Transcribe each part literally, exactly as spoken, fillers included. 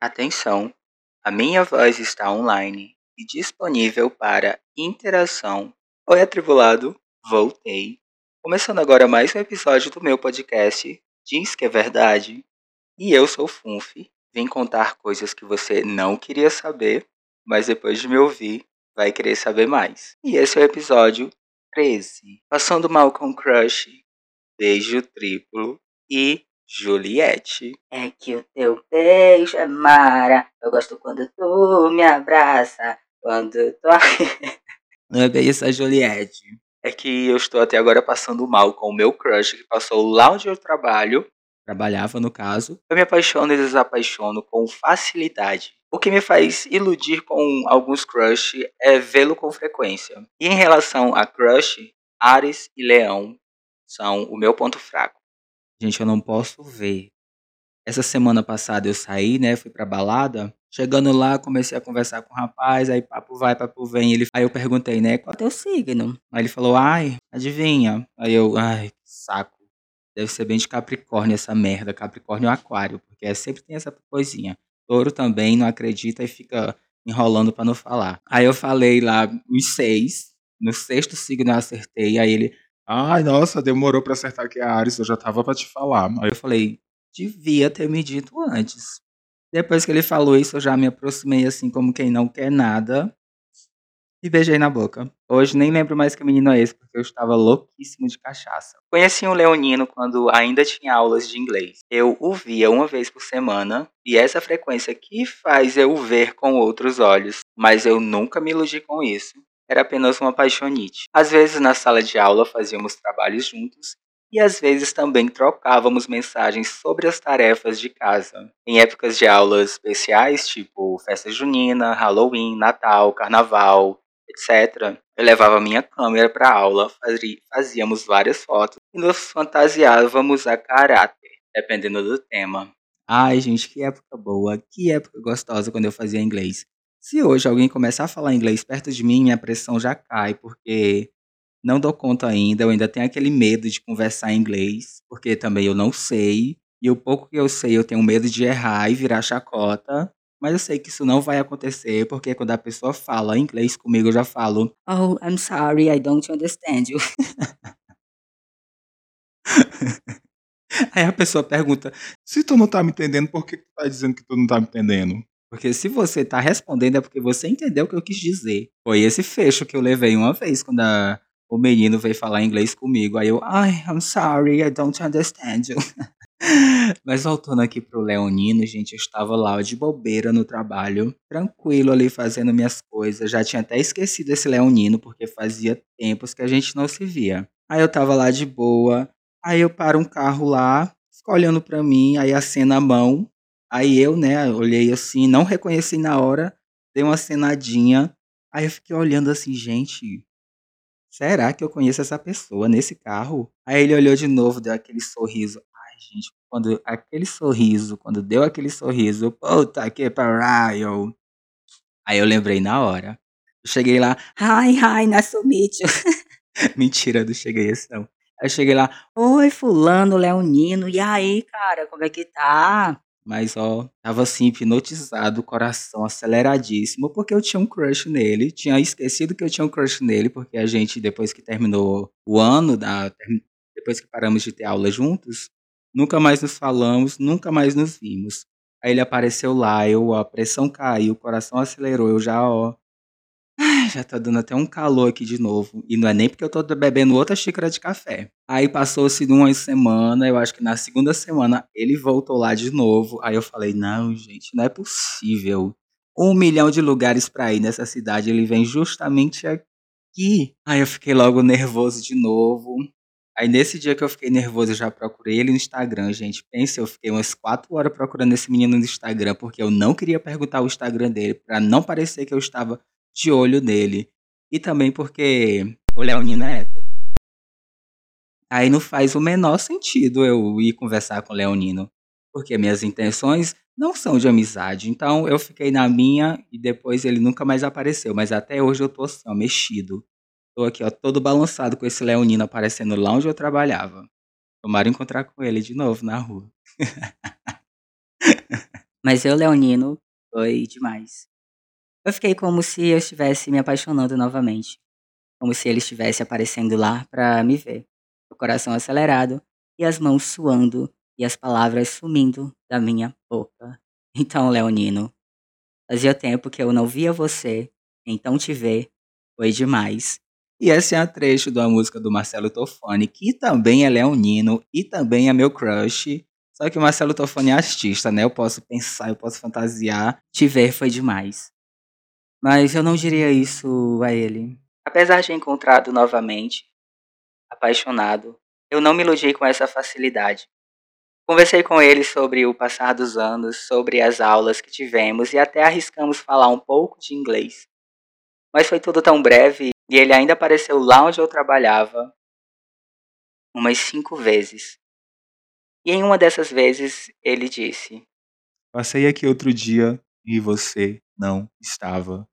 Atenção! A minha voz está online e disponível para interação. Oi, atribulado, voltei. Começando agora mais um episódio do meu podcast Diz que é Verdade. E eu sou o Funf, vim contar coisas que você não queria saber, mas depois de me ouvir, vai querer saber mais. E esse é o episódio treze. Passando mal com crush, beijo triplo e Juliette. É que o teu beijo é mara. Eu gosto quando tu me abraça. Quando tu. Não é bem essa Juliette. É que eu estou até agora passando mal com o meu crush que passou lá onde eu trabalho. Trabalhava, no caso. Eu me apaixono e desapaixono com facilidade. O que me faz iludir com alguns crush é vê-lo com frequência. E em relação a crush, Áries e Leão são o meu ponto fraco. Gente, eu não posso ver. Essa semana passada eu saí, né, fui pra balada. Chegando lá, comecei a conversar com o rapaz, aí papo vai, papo vem. Ele... Aí eu perguntei, né, qual é o teu signo? Aí ele falou, ai, adivinha? Aí eu, ai, que saco. Deve ser bem de Capricórnio essa merda, Capricórnio ou Aquário, porque sempre tem essa coisinha. Touro também não acredita e fica enrolando pra não falar. Aí eu falei lá os seis, no sexto signo eu acertei, aí ele, ai, nossa, demorou pra acertar que é a Áries, eu já tava pra te falar. Aí eu falei, devia ter me dito antes. Depois que ele falou isso, eu já me aproximei assim como quem não quer nada e beijei na boca. Hoje nem lembro mais que menino é esse, porque eu estava louquíssimo de cachaça. Conheci um leonino quando ainda tinha aulas de inglês. Eu o via uma vez por semana, e essa frequência que faz eu o ver com outros olhos. Mas eu nunca me iludi com isso. Era apenas uma paixonite. Às vezes na sala de aula fazíamos trabalhos juntos, e às vezes também trocávamos mensagens sobre as tarefas de casa. Em épocas de aulas especiais, tipo festa junina, Halloween, Natal, Carnaval, etcétera, eu levava minha câmera para a aula, fazíamos várias fotos e nos fantasiávamos a caráter, dependendo do tema. Ai, gente, que época boa, que época gostosa quando eu fazia inglês. Se hoje alguém começar a falar inglês perto de mim, minha pressão já cai, porque não dou conta ainda, eu ainda tenho aquele medo de conversar em inglês, porque também eu não sei, e o pouco que eu sei eu tenho medo de errar e virar chacota, mas eu sei que isso não vai acontecer, porque quando a pessoa fala inglês comigo, eu já falo, Oh, I'm sorry, I don't understand you. Aí a pessoa pergunta, se tu não tá me entendendo, por que tu tá dizendo que tu não tá me entendendo? Porque se você tá respondendo é porque você entendeu o que eu quis dizer. Foi esse fecho que eu levei uma vez quando a, o menino veio falar inglês comigo. Aí eu, ai, I'm sorry, I don't understand you. Mas voltando aqui pro leonino, gente, eu estava lá de bobeira no trabalho, tranquilo ali fazendo minhas coisas. Já tinha até esquecido esse leonino, porque fazia tempos que a gente não se via. Aí eu tava lá de boa, aí eu paro um carro lá, fica olhando pra mim, aí acena a mão. Aí eu, né, olhei assim, não reconheci na hora, dei uma acenadinha. Aí eu fiquei olhando assim, gente, será que eu conheço essa pessoa nesse carro? Aí ele olhou de novo, deu aquele sorriso. Ai, gente, quando aquele sorriso, quando deu aquele sorriso, puta que pariu. Aí eu lembrei na hora. Eu cheguei lá, Hi, hi, nice to meet you. mentira, não cheguei assim não. Aí eu cheguei lá, Oi, fulano, leonino. E aí, cara, como é que tá? mas ó, tava assim, hipnotizado, coração aceleradíssimo, porque eu tinha um crush nele. Tinha esquecido que eu tinha um crush nele, porque a gente, depois que terminou o ano, da, termi- depois que paramos de ter aula juntos, nunca mais nos falamos, nunca mais nos vimos. Aí ele apareceu lá, eu, a pressão caiu, o coração acelerou, eu já, ó, ai, já tá dando até um calor aqui de novo. E não é nem porque eu tô bebendo outra xícara de café. Aí passou-se uma semana, eu acho que na segunda semana ele voltou lá de novo. Aí eu falei, não, gente, não é possível. Um milhão de lugares pra ir nessa cidade, ele vem justamente aqui. Aí eu fiquei logo nervoso de novo. Aí nesse dia que eu fiquei nervoso, eu já procurei ele no Instagram, gente. Pense, eu fiquei umas quatro horas procurando esse menino no Instagram, porque eu não queria perguntar o Instagram dele, pra não parecer que eu estava de olho nele. E também porque o Leonino é hétero. Aí não faz o menor sentido eu ir conversar com o Leonino, porque minhas intenções não são de amizade. Então eu fiquei na minha e depois ele nunca mais apareceu. Mas até hoje eu tô assim, ó, mexido. Tô aqui, ó, todo balançado com esse Leonino aparecendo lá onde eu trabalhava. Tomara encontrar com ele de novo na rua. Mas eu, leonino, foi demais. Eu fiquei como se eu estivesse me apaixonando novamente, como se ele estivesse aparecendo lá pra me ver. O coração acelerado e as mãos suando e as palavras sumindo da minha boca. Então, leonino, fazia tempo que eu não via você, então te ver foi demais. E esse é um trecho de uma música do Marcelo Tofani, que também é leonino e também é meu crush. Só que o Marcelo Tofani é artista, né? Eu posso pensar, eu posso fantasiar. Te ver foi demais. Mas eu não diria isso a ele. Apesar de encontrado novamente, apaixonado, eu não me iludi com essa facilidade. Conversei com ele sobre o passar dos anos, sobre as aulas que tivemos e até arriscamos falar um pouco de inglês. Mas foi tudo tão breve e ele ainda apareceu lá onde eu trabalhava umas cinco vezes. E em uma dessas vezes ele disse: Passei aqui outro dia e você não estava.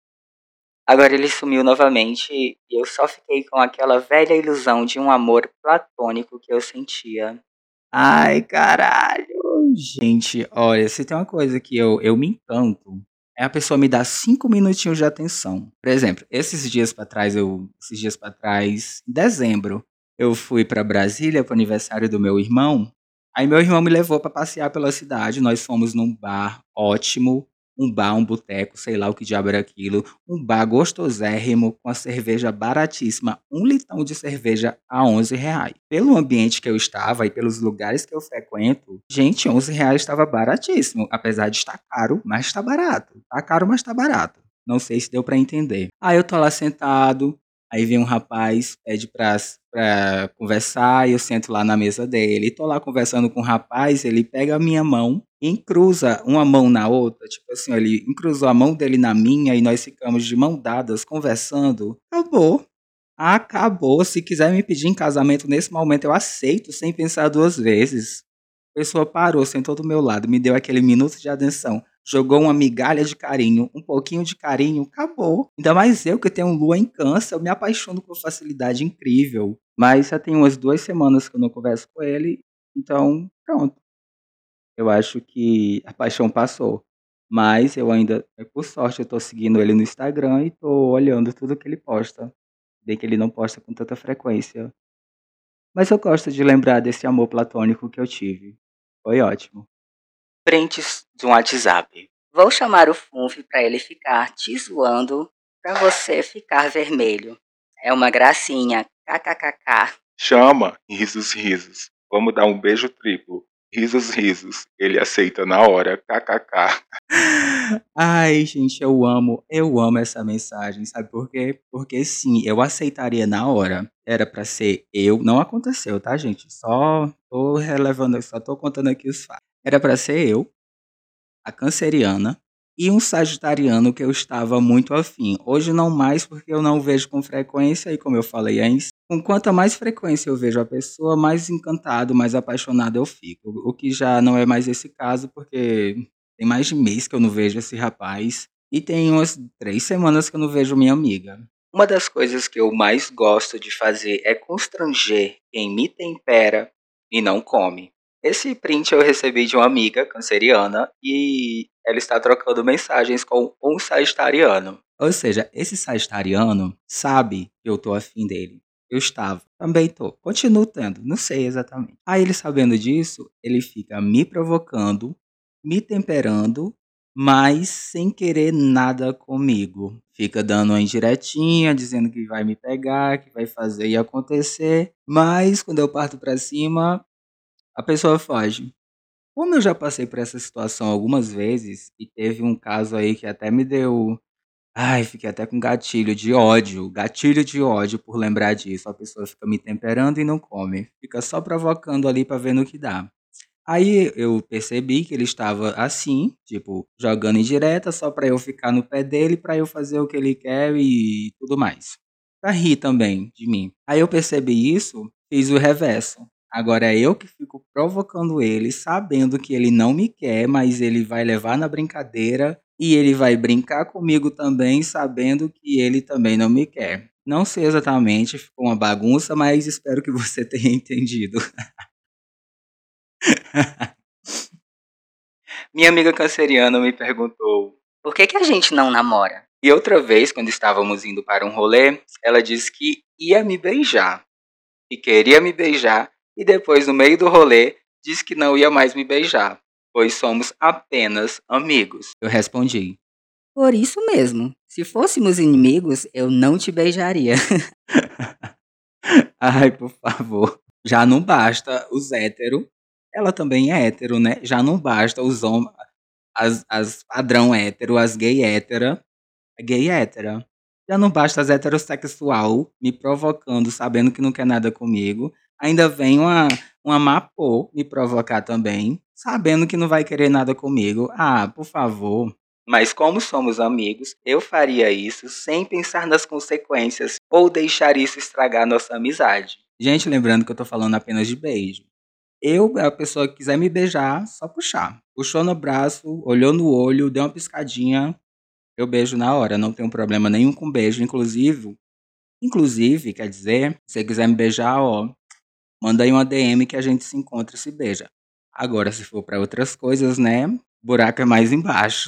Agora ele sumiu novamente e eu só fiquei com aquela velha ilusão de um amor platônico que eu sentia. Ai, caralho! Gente, olha, se tem uma coisa que eu, eu me encanto, é a pessoa me dar cinco minutinhos de atenção. Por exemplo, esses dias pra trás, eu, esses dias para trás, em dezembro, eu fui pra Brasília pro aniversário do meu irmão. Aí meu irmão me levou pra passear pela cidade. Nós fomos num bar ótimo, um bar, um boteco, sei lá o que diabo era aquilo, um bar gostosérrimo, com a cerveja baratíssima, um litrão de cerveja a onze reais. Pelo ambiente que eu estava e pelos lugares que eu frequento, gente, onze reais estava baratíssimo, apesar de estar caro, mas está barato. Tá caro, mas está barato. Não sei se deu para entender. Aí eu tô lá sentado, aí vem um rapaz, pede pra, pra conversar, e eu sento lá na mesa dele. E tô lá conversando com o rapaz, ele pega a minha mão, encruza uma mão na outra, tipo assim, ele encruzou a mão dele na minha e nós ficamos de mão dadas conversando. Acabou. Acabou. Se quiser me pedir em casamento nesse momento, eu aceito sem pensar duas vezes. A pessoa parou, sentou do meu lado, me deu aquele minuto de atenção, jogou uma migalha de carinho, um pouquinho de carinho, acabou. Ainda mais eu que tenho lua em câncer, eu me apaixono com facilidade incrível. Mas já tem umas duas semanas que eu não converso com ele, então pronto. Eu acho que a paixão passou. Mas eu ainda, por sorte, eu tô seguindo ele no Instagram e tô olhando tudo que ele posta. Bem que ele não posta com tanta frequência. Mas eu gosto de lembrar desse amor platônico que eu tive. Foi ótimo. Prints de um WhatsApp. Vou chamar o Funf pra ele ficar te zoando pra você ficar vermelho. É uma gracinha. Kkkk. Chama, risos, risos. Vamos dar um beijo triplo. Risos, risos. Ele aceita na hora. Kkk. Ai, gente, eu amo, eu amo essa mensagem, sabe por quê? Porque sim, eu aceitaria na hora. Era pra ser eu, não aconteceu, tá, gente? Só tô relevando, só tô contando aqui os fatos. Era pra ser eu, a canceriana e um sagitariano que eu estava muito afim. Hoje não mais porque eu não vejo com frequência e como eu falei antes, com quanta mais frequência eu vejo a pessoa, mais encantado, mais apaixonado eu fico. O que já não é mais esse caso porque tem mais de mês que eu não vejo esse rapaz e tem umas três semanas que eu não vejo minha amiga. Uma das coisas que eu mais gosto de fazer é constranger quem me tempera e não come. Esse print eu recebi de uma amiga canceriana e ela está trocando mensagens com um sagitariano. Ou seja, esse sagitariano sabe que eu tô afim dele. Eu estava, também tô, continuo tendo, não sei exatamente. Aí ele sabendo disso, ele fica me provocando, me temperando, mas sem querer nada comigo. Fica dando uma indiretinha, dizendo que vai me pegar, que vai fazer e acontecer, mas quando eu parto pra cima, a pessoa foge. Como eu já passei por essa situação algumas vezes, e teve um caso aí que até me deu. Ai, fiquei até com gatilho de ódio, gatilho de ódio por lembrar disso. A pessoa fica me temperando e não come, fica só provocando ali pra ver no que dá. Aí eu percebi que ele estava assim, tipo, jogando indireta só pra eu ficar no pé dele, pra eu fazer o que ele quer e tudo mais. Pra rir também de mim. Aí eu percebi isso, fiz o reverso. Agora é eu que fico provocando ele, sabendo que ele não me quer, mas ele vai levar na brincadeira e ele vai brincar comigo também, sabendo que ele também não me quer. Não sei exatamente, ficou uma bagunça, mas espero que você tenha entendido. Minha amiga canceriana me perguntou por que, que a gente não namora? E outra vez, quando estávamos indo para um rolê, ela disse que ia me beijar. E queria me beijar, e depois, no meio do rolê, disse que não ia mais me beijar, pois somos apenas amigos. Eu respondi: por isso mesmo, se fôssemos inimigos, eu não te beijaria. Ai, por favor. Já não basta os héteros, ela também é hétero, né? Já não basta os homens, as, as padrão hétero, as gay hétera, gay hétera. Já não basta as heterossexual me provocando, sabendo que não quer nada comigo. Ainda vem uma, uma mapô me provocar também, sabendo que não vai querer nada comigo. Ah, por favor. Mas como somos amigos, eu faria isso sem pensar nas consequências ou deixar isso estragar nossa amizade. Gente, lembrando que eu tô falando apenas de beijo. Eu, a pessoa que quiser me beijar, só puxar. Puxou no braço, olhou no olho, deu uma piscadinha, eu beijo na hora, não tenho problema nenhum com beijo, inclusive, inclusive, quer dizer, se você quiser me beijar, ó, manda aí uma D M que a gente se encontra e se beija. Agora, se for para outras coisas, né, o buraco é mais embaixo.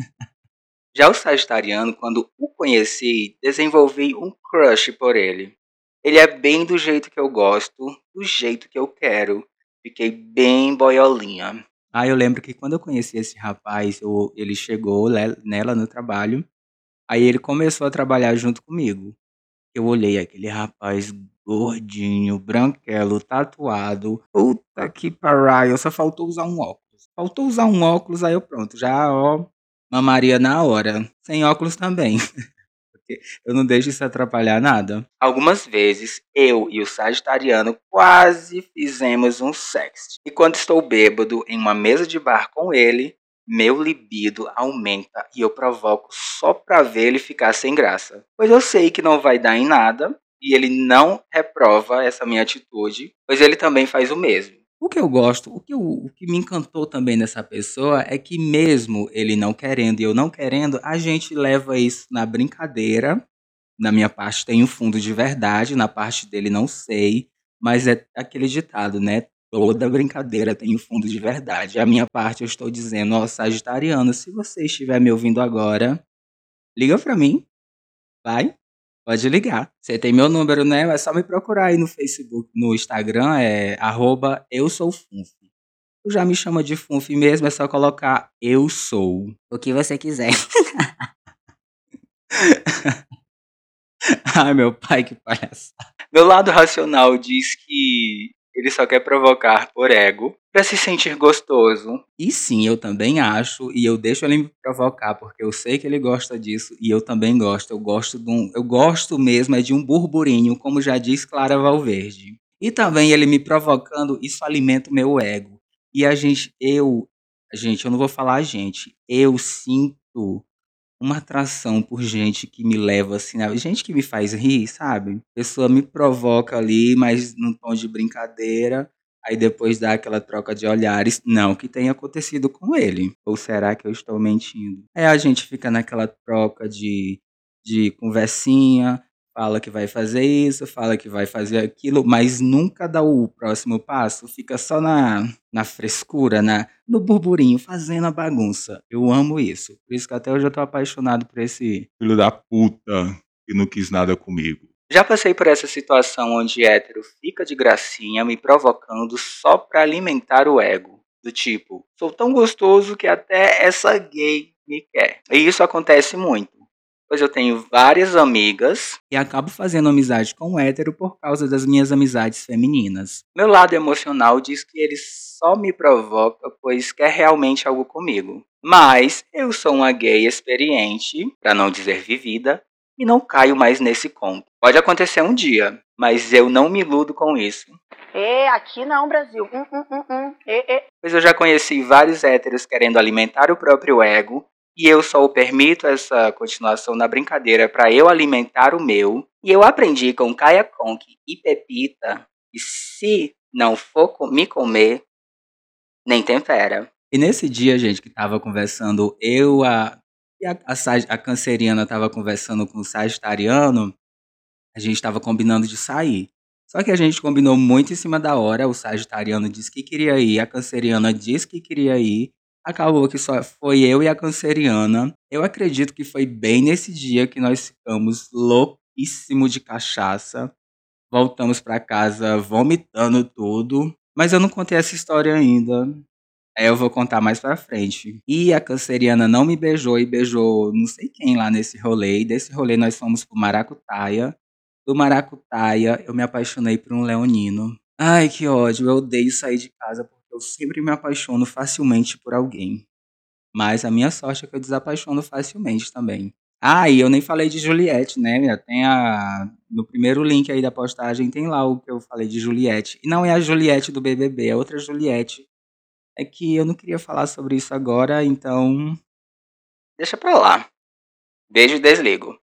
Já o sagitariano, quando o conheci, desenvolvi um crush por ele. Ele é bem do jeito que eu gosto, do jeito que eu quero. Fiquei bem boiolinha. Ah, eu lembro que quando eu conheci esse rapaz, eu, ele chegou le- nela no trabalho. Aí ele começou a trabalhar junto comigo. Eu olhei aquele rapaz gordinho, branquelo, tatuado. Puta que pariu, só faltou usar um óculos. Faltou usar um óculos, aí eu pronto, já ó, mamaria na hora. Sem óculos também. Porque eu não deixo isso atrapalhar nada. Algumas vezes, eu e o sagitariano quase fizemos um sexting. E quando estou bêbado em uma mesa de bar com ele, meu libido aumenta e eu provoco só pra ver ele ficar sem graça. Pois eu sei que não vai dar em nada e ele não reprova essa minha atitude, pois ele também faz o mesmo. O que eu gosto, o que, eu- o que me encantou também nessa pessoa é que mesmo ele não querendo e eu não querendo, a gente leva isso na brincadeira. Na minha parte tem um fundo de verdade, na parte dele não sei, mas é aquele ditado, né? Toda brincadeira tem um fundo de verdade. A minha parte eu estou dizendo, ó, sagitariano, se você estiver me ouvindo agora, liga pra mim, vai, pode ligar. Você tem meu número, né? É só me procurar aí no Facebook, no Instagram, é arroba eu sou Funf. Tu já me chama de Funf mesmo, é só colocar eu sou. O que você quiser. Ai, meu pai, que palhaçada. Meu lado racional diz que ele só quer provocar por ego pra se sentir gostoso. E sim, eu também acho, e eu deixo ele me provocar porque eu sei que ele gosta disso e eu também gosto. Eu gosto de um, eu gosto mesmo é de um burburinho, como já diz Clara Valverde. E também ele me provocando, isso alimenta o meu ego. E a gente, eu, gente, eu não vou falar a gente, eu sinto uma atração por gente que me leva assim, a gente que me faz rir, sabe? A pessoa me provoca ali, mas num tom de brincadeira, aí depois dá aquela troca de olhares. Não que tenha acontecido com ele. Ou será que eu estou mentindo? Aí a gente fica naquela troca de, de conversinha, fala que vai fazer isso, fala que vai fazer aquilo, mas nunca dá o próximo passo, fica só na, na frescura, na, no burburinho, fazendo a bagunça. Eu amo isso. Por isso que até hoje eu tô apaixonado por esse filho da puta que não quis nada comigo. Já passei por essa situação onde hétero fica de gracinha me provocando só pra alimentar o ego. Do tipo, sou tão gostoso que até essa gay me quer. E isso acontece muito. Pois eu tenho várias amigas e acabo fazendo amizade com o hétero por causa das minhas amizades femininas. Meu lado emocional diz que ele só me provoca pois quer realmente algo comigo. Mas eu sou uma gay experiente, para não dizer vivida, e não caio mais nesse conto. Pode acontecer um dia, mas eu não me iludo com isso. É, aqui não, Brasil. Hum, hum, hum, hum. É, é. Pois eu já conheci vários héteros querendo alimentar o próprio ego e eu só o permito essa continuação na brincadeira para eu alimentar o meu. E eu aprendi com Kaia Conk e Pepita que se não for co- me comer, nem tempera. E nesse dia, gente, que tava conversando, eu, a, e a, a, sag- a canceriana tava conversando com o sagitariano, a gente tava combinando de sair. Só que a gente combinou muito em cima da hora, o sagitariano disse que queria ir, a canceriana disse que queria ir, Acabou que só foi eu e a canceriana. Eu acredito que foi bem nesse dia que nós ficamos louquíssimo de cachaça. Voltamos pra casa vomitando tudo, mas eu não contei essa história ainda. Aí eu vou contar mais pra frente. E a canceriana não me beijou e beijou não sei quem lá nesse rolê. E desse rolê nós fomos pro Maracutaia. Do Maracutaia eu me apaixonei por um leonino. Ai, que ódio, eu odeio sair de casa porque eu sempre me apaixono facilmente por alguém. Mas a minha sorte é que eu desapaixono facilmente também. Ah, e eu nem falei de Juliette, né? Minha? Tem a. No primeiro link aí da postagem tem lá o que eu falei de Juliette. E não é a Juliette do B B B, é outra Juliette. É que eu não queria falar sobre isso agora, então. Deixa pra lá. Beijo e desligo.